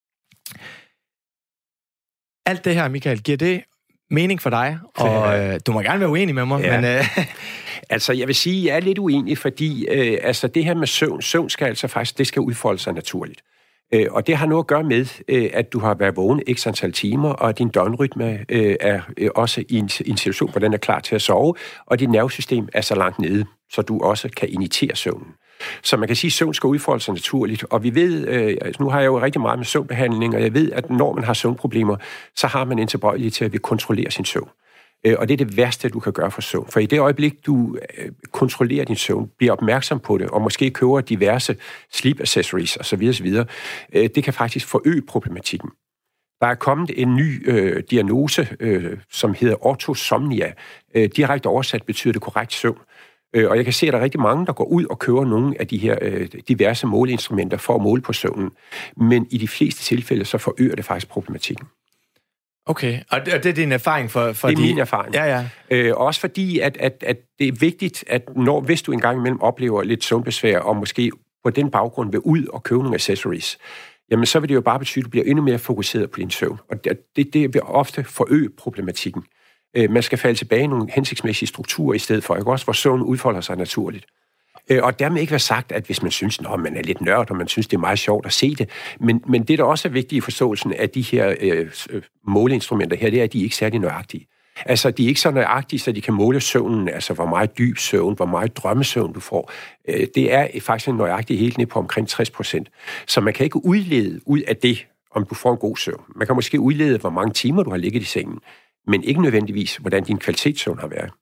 Alt det her, Michael, giver det mening for dig? Og du må gerne være uenig med mig, ja. Men... Altså, jeg vil sige, at jeg er lidt uenig, fordi det her med søvn skal altså faktisk, det skal udfolde sig naturligt. Og det har noget at gøre med, at du har været vågen x antal timer, og din døgnrytme er også i en situation, hvor den er klar til at sove, og dit nervesystem er så langt nede, så du også kan initiere søvnen. Så man kan sige, at søvn skal udfolde sig naturligt, og vi ved, nu har jeg jo rigtig meget med søvnbehandling, og jeg ved, at når man har søvnproblemer, så har man en tilbøjelighed til at vi kontrollere sin søvn. Og det er det værste, du kan gøre for søvn. For i det øjeblik, du kontrollerer din søvn, bliver opmærksom på det, og måske køber diverse sleep accessories osv., det kan faktisk forøge problematikken. Der er kommet en ny diagnose, som hedder ortosomnia. Direkte oversat betyder det korrekt søvn. Og jeg kan se, at der er rigtig mange, der går ud og køber nogle af de her diverse måleinstrumenter for at måle på søvnen. Men i de fleste tilfælde, så forøger det faktisk problematikken. Okay, og det er din erfaring for det er min erfaring. Ja. Også fordi, at det er vigtigt, at hvis du engang imellem oplever lidt søvnbesvær, og måske på den baggrund vil ud og købe nogle accessories, jamen så vil det jo bare betyde, at du bliver endnu mere fokuseret på din søvn. Og det vil ofte forøge problematikken. Man skal falde tilbage i nogle hensigtsmæssige strukturer i stedet for, ikke også, hvor søvn udfolder sig naturligt. Og dermed ikke være sagt, at hvis man synes, at man er lidt nørd, og man synes, det er meget sjovt at se det, men det, der også er vigtigt i forståelsen af de her måleinstrumenter her, det er, at de ikke er særlig nøjagtige. Altså, de er ikke så nøjagtige, så de kan måle søvnen, altså hvor meget dyb søvn, hvor meget drømmesøvn du får. Det er faktisk en nøjagtig helt ned på omkring 60%. Så man kan ikke udlede ud af det, om du får en god søvn. Man kan måske udlede, hvor mange timer du har ligget i sengen, men ikke nødvendigvis, hvordan din kvalitetssøvn har været.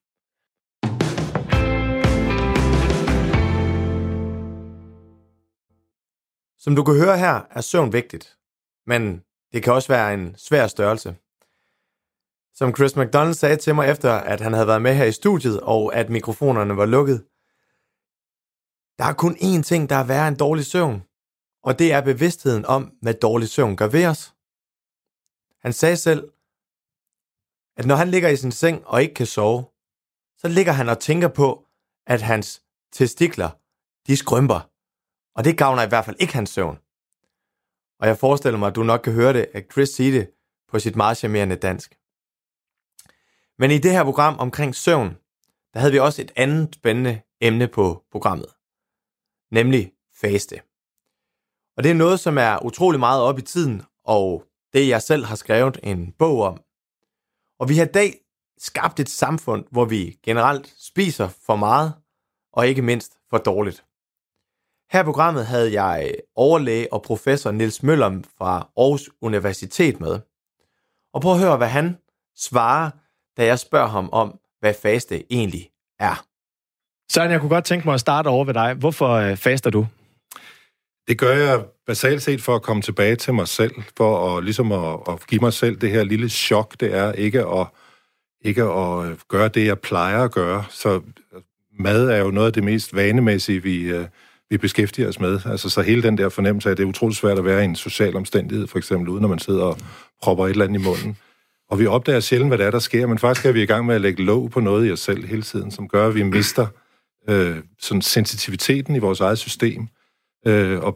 Som du kan høre her, er søvn vigtigt, men det kan også være en svær størrelse. Som Chris McDonald sagde til mig efter, at han havde været med her i studiet, og at mikrofonerne var lukket. Der er kun én ting, der er værre end dårlig søvn, og det er bevidstheden om, hvad dårlig søvn gør ved os. Han sagde selv, at når han ligger i sin seng og ikke kan sove, så ligger han og tænker på, at hans testikler, de skrymper. Og det gavner i hvert fald ikke hans søvn. Og jeg forestiller mig, at du nok kan høre det, at Chris siger det på sit meget charmerende dansk. Men i det her program omkring søvn, der havde vi også et andet spændende emne på programmet. Nemlig faste. Og det er noget, som er utrolig meget op i tiden, og det jeg selv har skrevet en bog om. Og vi har i dag skabt et samfund, hvor vi generelt spiser for meget, og ikke mindst for dårligt. Her i programmet havde jeg overlæge og professor Niels Møller fra Aarhus Universitet med. Og prøv at høre, hvad han svarer, da jeg spørger ham om, hvad faste egentlig er. Søren, jeg kunne godt tænke mig at starte over ved dig. Hvorfor faster du? Det gør jeg basalt set for at komme tilbage til mig selv, for at, ligesom at give mig selv det her lille chok, det er ikke at gøre det, jeg plejer at gøre. Så mad er jo noget af det mest vanemæssige, vi beskæftiger os med. Altså så hele den der fornemmelse af, at det er utroligt svært at være i en social omstændighed, for eksempel uden, når man sidder og propper et eller andet i munden. Og vi opdager sjældent, hvad der sker, men faktisk er vi i gang med at lægge låg på noget i os selv hele tiden, som gør, at vi mister sådan sensitiviteten i vores eget system, og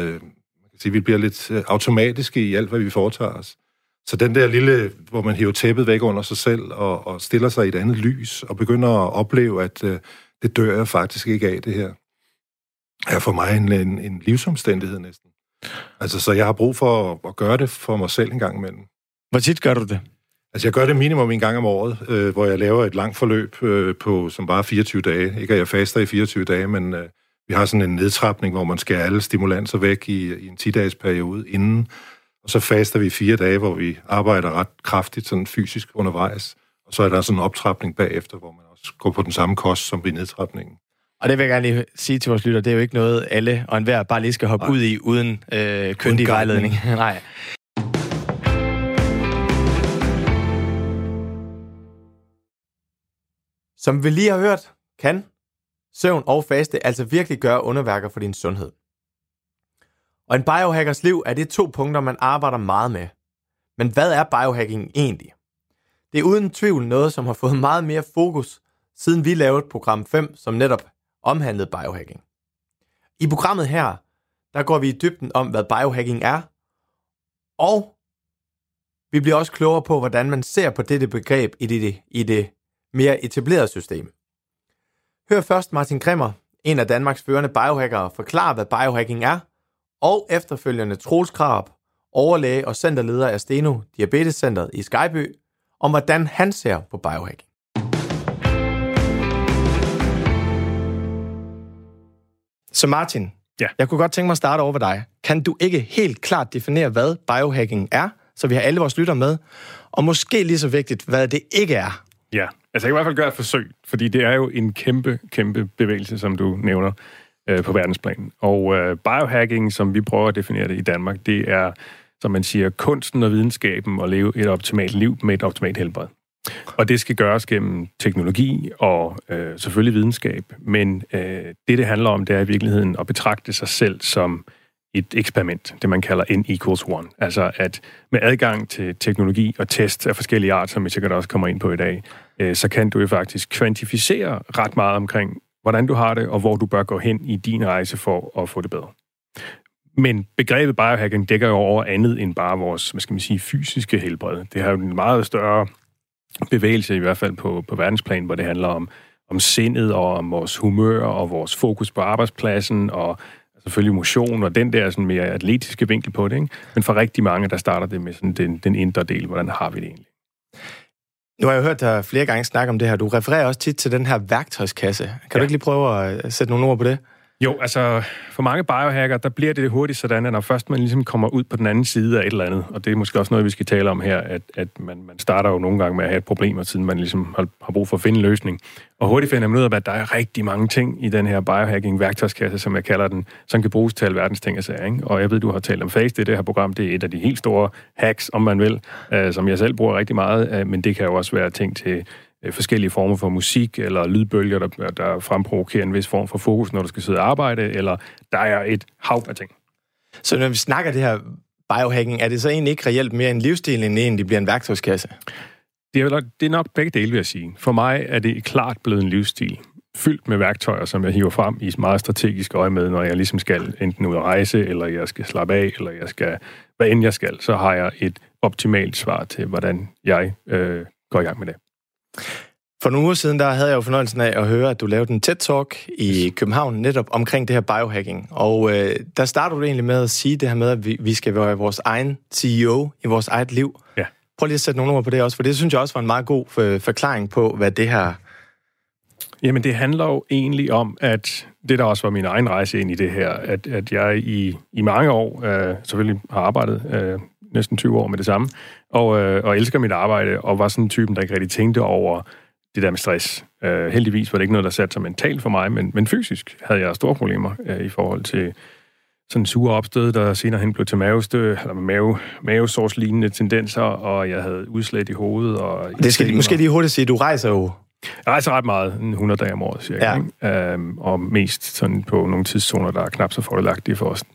vi bliver lidt automatiske i alt, hvad vi foretager os. Så den der lille, hvor man hiver tæppet væk under sig selv, og stiller sig i et andet lys, og begynder at opleve, at det dør jeg faktisk ikke af, det her, er for mig en livsomstændighed næsten. Altså, så jeg har brug for at gøre det for mig selv en gang imellem. Hvor tit gør du det? Altså, jeg gør det minimum en gang om året, hvor jeg laver et langt forløb som bare 24 dage. Ikke at jeg faster i 24 dage, men Vi har sådan en nedtrapning, hvor man skærer alle stimulanser væk i en 10-dages periode inden, og så faster vi 4 dage, hvor vi arbejder ret kraftigt sådan fysisk undervejs, og så er der sådan en optrapning bagefter, hvor man også går på den samme kost som ved nedtrapningen. Og det vil jeg gerne lige sige til vores lytter, det er jo ikke noget, alle og enhver bare lige skal hoppe ud i uden kyndig vejledning. Nej. Som vi lige har hørt, kan søvn og faste altså virkelig gøre underværker for din sundhed. Og en biohackers liv er det 2 punkter, man arbejder meget med. Men hvad er biohacking egentlig? Det er uden tvivl noget, som har fået meget mere fokus, siden vi lavede program 5, som netop omhandlede biohacking. I programmet her, der går vi i dybden om, hvad biohacking er, og vi bliver også klogere på, hvordan man ser på dette begreb i det mere etablerede system. Hør først Martin Grimmer, en af Danmarks førende biohackere, forklare, hvad biohacking er, og efterfølgende Troels Krab, overlæge og centerleder af Steno Diabetescenteret i Skejby, om hvordan han ser på biohacking. Så Martin, jeg kunne godt tænke mig at starte over ved dig. Kan du ikke helt klart definere, hvad biohacking er, så vi har alle vores lytter med, og måske lige så vigtigt, hvad det ikke er? Ja, altså jeg kan i hvert fald gøre et forsøg, fordi det er jo en kæmpe bevægelse, som du nævner på verdensplan. Og biohacking, som vi prøver at definere det i Danmark, det er, som man siger, kunsten og videnskaben at leve et optimalt liv med et optimalt helbred. Og det skal gøres gennem teknologi og selvfølgelig videnskab, men det handler om, det er i virkeligheden at betragte sig selv som et eksperiment, det man kalder N=1. Altså at med adgang til teknologi og test af forskellige arter, som vi sikkert også kommer ind på i dag, så kan du jo faktisk kvantificere ret meget omkring, hvordan du har det, og hvor du bør gå hen i din rejse for at få det bedre. Men begrebet biohacking dækker jo over andet end bare vores, fysiske helbred. Det har jo en meget større bevægelse, i hvert fald på verdensplan, hvor det handler om sindet og om vores humør og vores fokus på arbejdspladsen og selvfølgelig motion og den der sådan mere atletiske vinkel på det, ikke? Men for rigtig mange, der starter det med sådan den indre del. Hvordan har vi det egentlig? Nu har jeg hørt dig flere gange snakke om det her. Du refererer også tit til den her værktøjskasse. Kan du ikke lige prøve at sætte nogle ord på det? Jo, altså for mange biohacker, der bliver det hurtigt sådan, at når først man ligesom kommer ud på den anden side af et eller andet, og det er måske også noget, vi skal tale om her, at man starter jo nogle gange med at have et problem, og siden man ligesom har brug for at finde en løsning. Og hurtigt finder man ud af, at der er rigtig mange ting i den her biohacking-værktøjskasse, som jeg kalder den, som kan bruges til alverdens ting og sager, ikke? Og jeg ved, du har talt om faste i det her program. Det er et af de helt store hacks, om man vil, som jeg selv bruger rigtig meget, men det kan jo også være ting til forskellige former for musik eller lydbølger, der fremprovokerer en vis form for fokus, når du skal sidde og arbejde, eller der er et hav af ting. Så når vi snakker det her biohacking, er det så egentlig ikke reelt mere en livsstil, end egentlig bliver en værktøjskasse? Det er nok begge dele, vil jeg sige. For mig er det klart blevet en livsstil, fyldt med værktøjer, som jeg hiver frem i meget strategisk øje med, når jeg ligesom skal enten ud at rejse, eller jeg skal slappe af, eller jeg skal, hvad end jeg skal, så har jeg et optimalt svar til, hvordan jeg går i gang med det. For nogle uger siden, der havde jeg jo fornøjelsen af at høre, at du lavede en TED-talk i København netop omkring det her biohacking. Og der starter du egentlig med at sige det her med, at vi skal være vores egen CEO i vores eget liv. Ja. Prøv lige at sætte nogle ord på det også, for det synes jeg også var en meget god forklaring på, hvad det her... Jamen, det handler jo egentlig om, at det der også var min egen rejse ind i det her, at jeg i mange år selvfølgelig har arbejdet næsten 20 år med det samme, og elsker mit arbejde, og var sådan en typen, der ikke rigtig tænkte over det der med stress. Heldigvis var det ikke noget, der satte sig mentalt for mig, men fysisk havde jeg store problemer i forhold til sådan sure opstød, der senere hen blev til mavesårslignende tendenser, og jeg havde udslæt i hovedet. Og det skal måske lige hurtigt sige, du rejser jo... Jeg rejser ret meget, 100 dage om året cirka, ja. Og mest sådan på nogle tidszoner, der er knap så fordelagtige for os.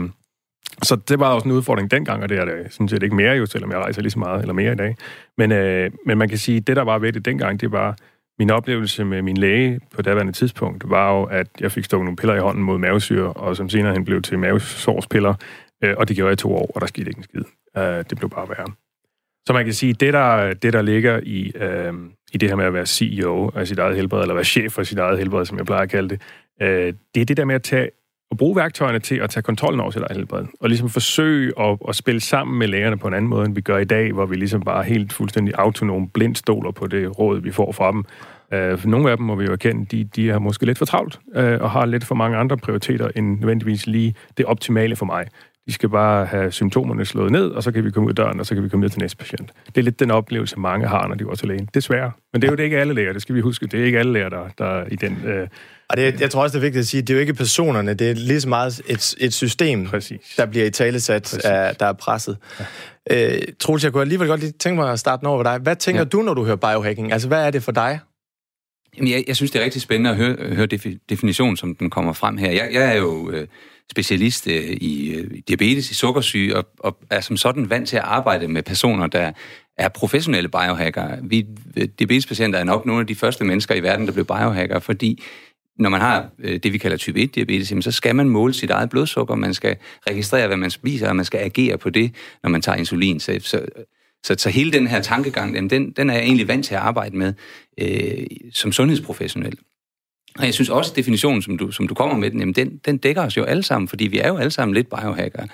Så det var også en udfordring dengang, og det er det sådan set ikke mere jo, selvom jeg rejser lige så meget eller mere i dag. Men man kan sige, at det, der var ved det dengang, det var min oplevelse med min læge på daværende tidspunkt, var jo, at jeg fik stukket nogle piller i hånden mod mavesyre, og som senere hen blev til mavesårspiller, og det gjorde jeg i 2 år, og der skete ikke en skid. Det blev bare værre. Så man kan sige, det der ligger i det her med at være CEO af sit eget helbred, eller være chef for sit eget helbred, som jeg plejer at kalde det, det er det der med at bruge værktøjerne til at tage kontrollen over sit eget helbred, og ligesom forsøge at spille sammen med lægerne på en anden måde, end vi gør i dag, hvor vi ligesom bare helt fuldstændig autonom blindt stoler på det råd, vi får fra dem, Nogle af dem, må vi jo erkende, de er måske lidt for travlt, og har lidt for mange andre prioriteter, end nødvendigvis lige det optimale for mig. De skal bare have symptomerne slået ned, og så kan vi komme ud af døren, og så kan vi komme ned til næste patient. Det er lidt den oplevelse, mange har, når de går til lægen. Desværre. Men det er jo det ikke alle læger, det skal vi huske. Det er ikke alle læger, der er i den... Og jeg tror også, det er vigtigt at sige, det er jo ikke personerne, det er lige så meget et system, der bliver i talesat, der er presset. Ja. Troels, jeg kunne alligevel godt lige tænke mig at starte over ved dig. Hvad tænker du, når du hører biohacking? Altså, hvad er det for dig? Jamen, jeg synes, det er rigtig spændende at høre definitionen, som den kommer frem her. Jeg er jo specialist i diabetes, i sukkersyge, og er som sådan vant til at arbejde med personer, der er professionelle biohackere. Vi diabetespatienter er nok nogle af de første mennesker i verden, der blev biohackere, fordi når man har det, vi kalder type 1-diabetes, så skal man måle sit eget blodsukker, man skal registrere, hvad man spiser, og man skal agere på det, når man tager insulin. Så hele den her tankegang, den er jeg egentlig vant til at arbejde med som sundhedsprofessionel. Og jeg synes også, at definitionen, som du kommer med, den dækker os jo alle sammen, fordi vi er jo alle sammen lidt biohackere.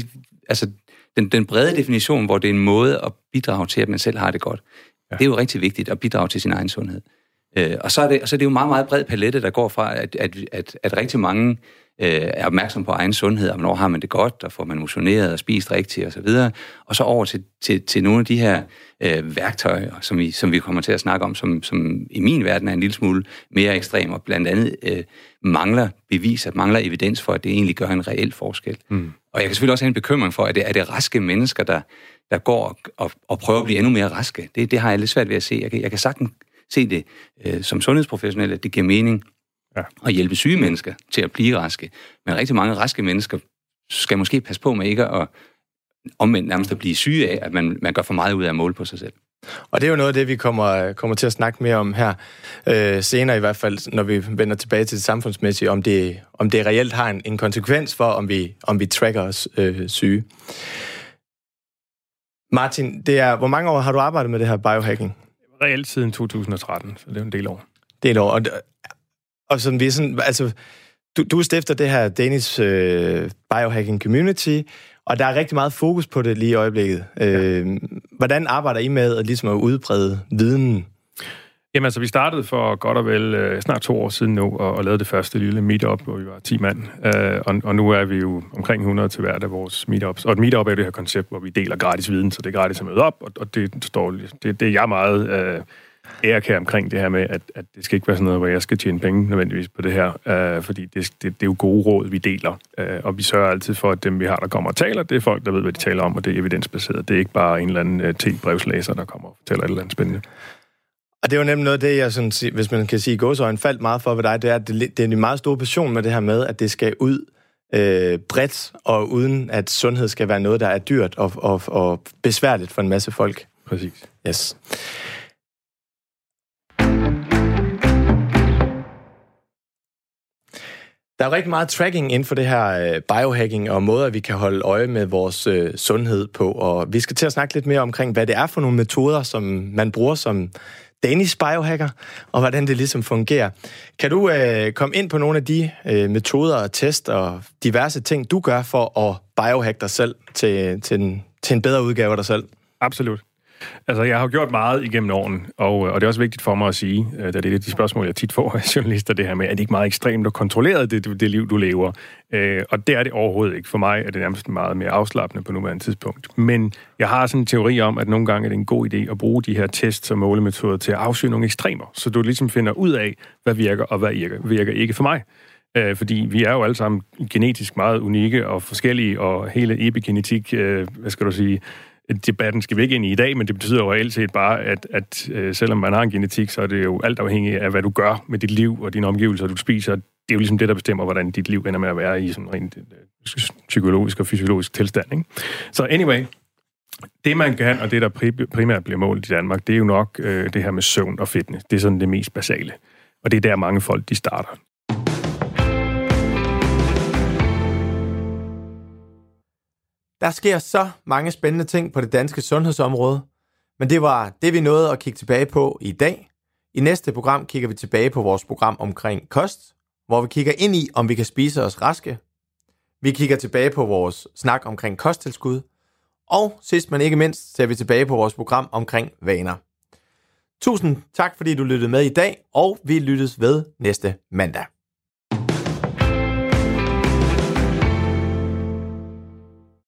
Den brede definition, hvor det er en måde at bidrage til, at man selv har det godt, det er jo rigtig vigtigt at bidrage til sin egen sundhed. Og så er det jo meget, meget bred palette, der går fra, at rigtig mange er opmærksom på egen sundhed, og hvornår har man det godt, og får man motioneret og spist rigtigt osv., og så over til nogle af de her værktøjer, som vi kommer til at snakke om, som i min verden er en lille smule mere ekstrem, og blandt andet mangler evidens for, at det egentlig gør en reel forskel. Og jeg kan selvfølgelig også have en bekymring for, at det er raske mennesker, der går og prøver at blive endnu mere raske. Det har jeg lidt svært ved at se. Jeg kan sagtens se det som sundhedsprofessionel, at det giver mening at hjælpe syge mennesker til at blive raske. Men rigtig mange raske mennesker skal måske passe på med ikke at omvendt nærmest at blive syge af, at man gør for meget ud af at måle på sig selv. Og det er jo noget af det, vi kommer til at snakke mere om her senere i hvert fald, når vi vender tilbage til det samfundsmæssige, om det reelt har en konsekvens for, om vi tracker os syge. Martin, hvor mange år har du arbejdet med det her biohacking? Reelt siden 2013, så det er en del år. Det er et år. Og som vi sådan, altså, du stifter det her Danish Biohacking Community, og der er rigtig meget fokus på det lige i øjeblikket. Hvordan arbejder I med at udbrede viden? Jamen altså, vi startede for godt og vel snart 2 år siden nu, og lavede det første lille meetup, hvor vi var 10 mand. Og nu er vi jo omkring 100 til hvert af vores meetups. Og et meetup er det her koncept, hvor vi deler gratis viden, så det er gratis at møde op, og det er jeg meget ærekær omkring det her med, at det skal ikke være sådan noget, hvor jeg skal tjene penge nødvendigvis på det her, fordi det er jo gode råd, vi deler. Og vi sørger altid for, at dem, vi har, der kommer og taler, det er folk, der ved, hvad de taler om, og det er evidensbaseret. Det er ikke bare en eller anden brevslæser, der kommer og fortæller et eller andet spændende. Og det er jo nemlig noget af det, jeg sådan, hvis man kan sige gåseøjne, faldt meget for ved dig, det er, at det er en meget stor passion med det her med, at det skal ud bredt, og uden at sundhed skal være noget, der er dyrt og besværligt for en masse folk. Præcis. Yes. Der er rigtig meget tracking inden for det her biohacking og måder, vi kan holde øje med vores sundhed på. Og vi skal til at snakke lidt mere omkring, hvad det er for nogle metoder, som man bruger som Danish biohacker, og hvordan det ligesom fungerer. Kan du komme ind på nogle af de metoder og test og diverse ting, du gør for at biohacke dig selv til en bedre udgave af dig selv? Absolut. Altså, jeg har gjort meget igennem årene, og det er også vigtigt for mig at sige, da det er de spørgsmål, jeg tit får af journalister, det her med, at det ikke meget ekstremt og kontrolleret, det liv, du lever. Og det er det overhovedet ikke. For mig er det nærmest meget mere afslappende på nuværende tidspunkt. Men jeg har sådan en teori om, at nogle gange er det en god idé at bruge de her tests og målemetoder til at afsøge nogle ekstremer, så du ligesom finder ud af, hvad virker og hvad virker ikke for mig. Fordi vi er jo alle sammen genetisk meget unikke og forskellige, og hele epigenetik, debatten skal vi ikke ind i dag, men det betyder jo reelt set bare, at selvom man har en genetik, så er det jo alt afhængigt af, hvad du gør med dit liv og dine omgivelser, du spiser. Det er jo ligesom det, der bestemmer, hvordan dit liv ender med at være i sådan rent psykologisk og fysiologisk tilstand. Ikke? Så anyway, det man kan, og det der primært bliver målt i Danmark, det er jo nok det her med søvn og fitness. Det er sådan det mest basale. Og det er der mange folk, de starter. Der sker så mange spændende ting på det danske sundhedsområde, men det var det, vi nåede at kigge tilbage på i dag. I næste program kigger vi tilbage på vores program omkring kost, hvor vi kigger ind i, om vi kan spise os raske. Vi kigger tilbage på vores snak omkring kosttilskud, og sidst men ikke mindst ser vi tilbage på vores program omkring vaner. Tusind tak, fordi du lyttede med i dag, og vi lyttes ved næste mandag.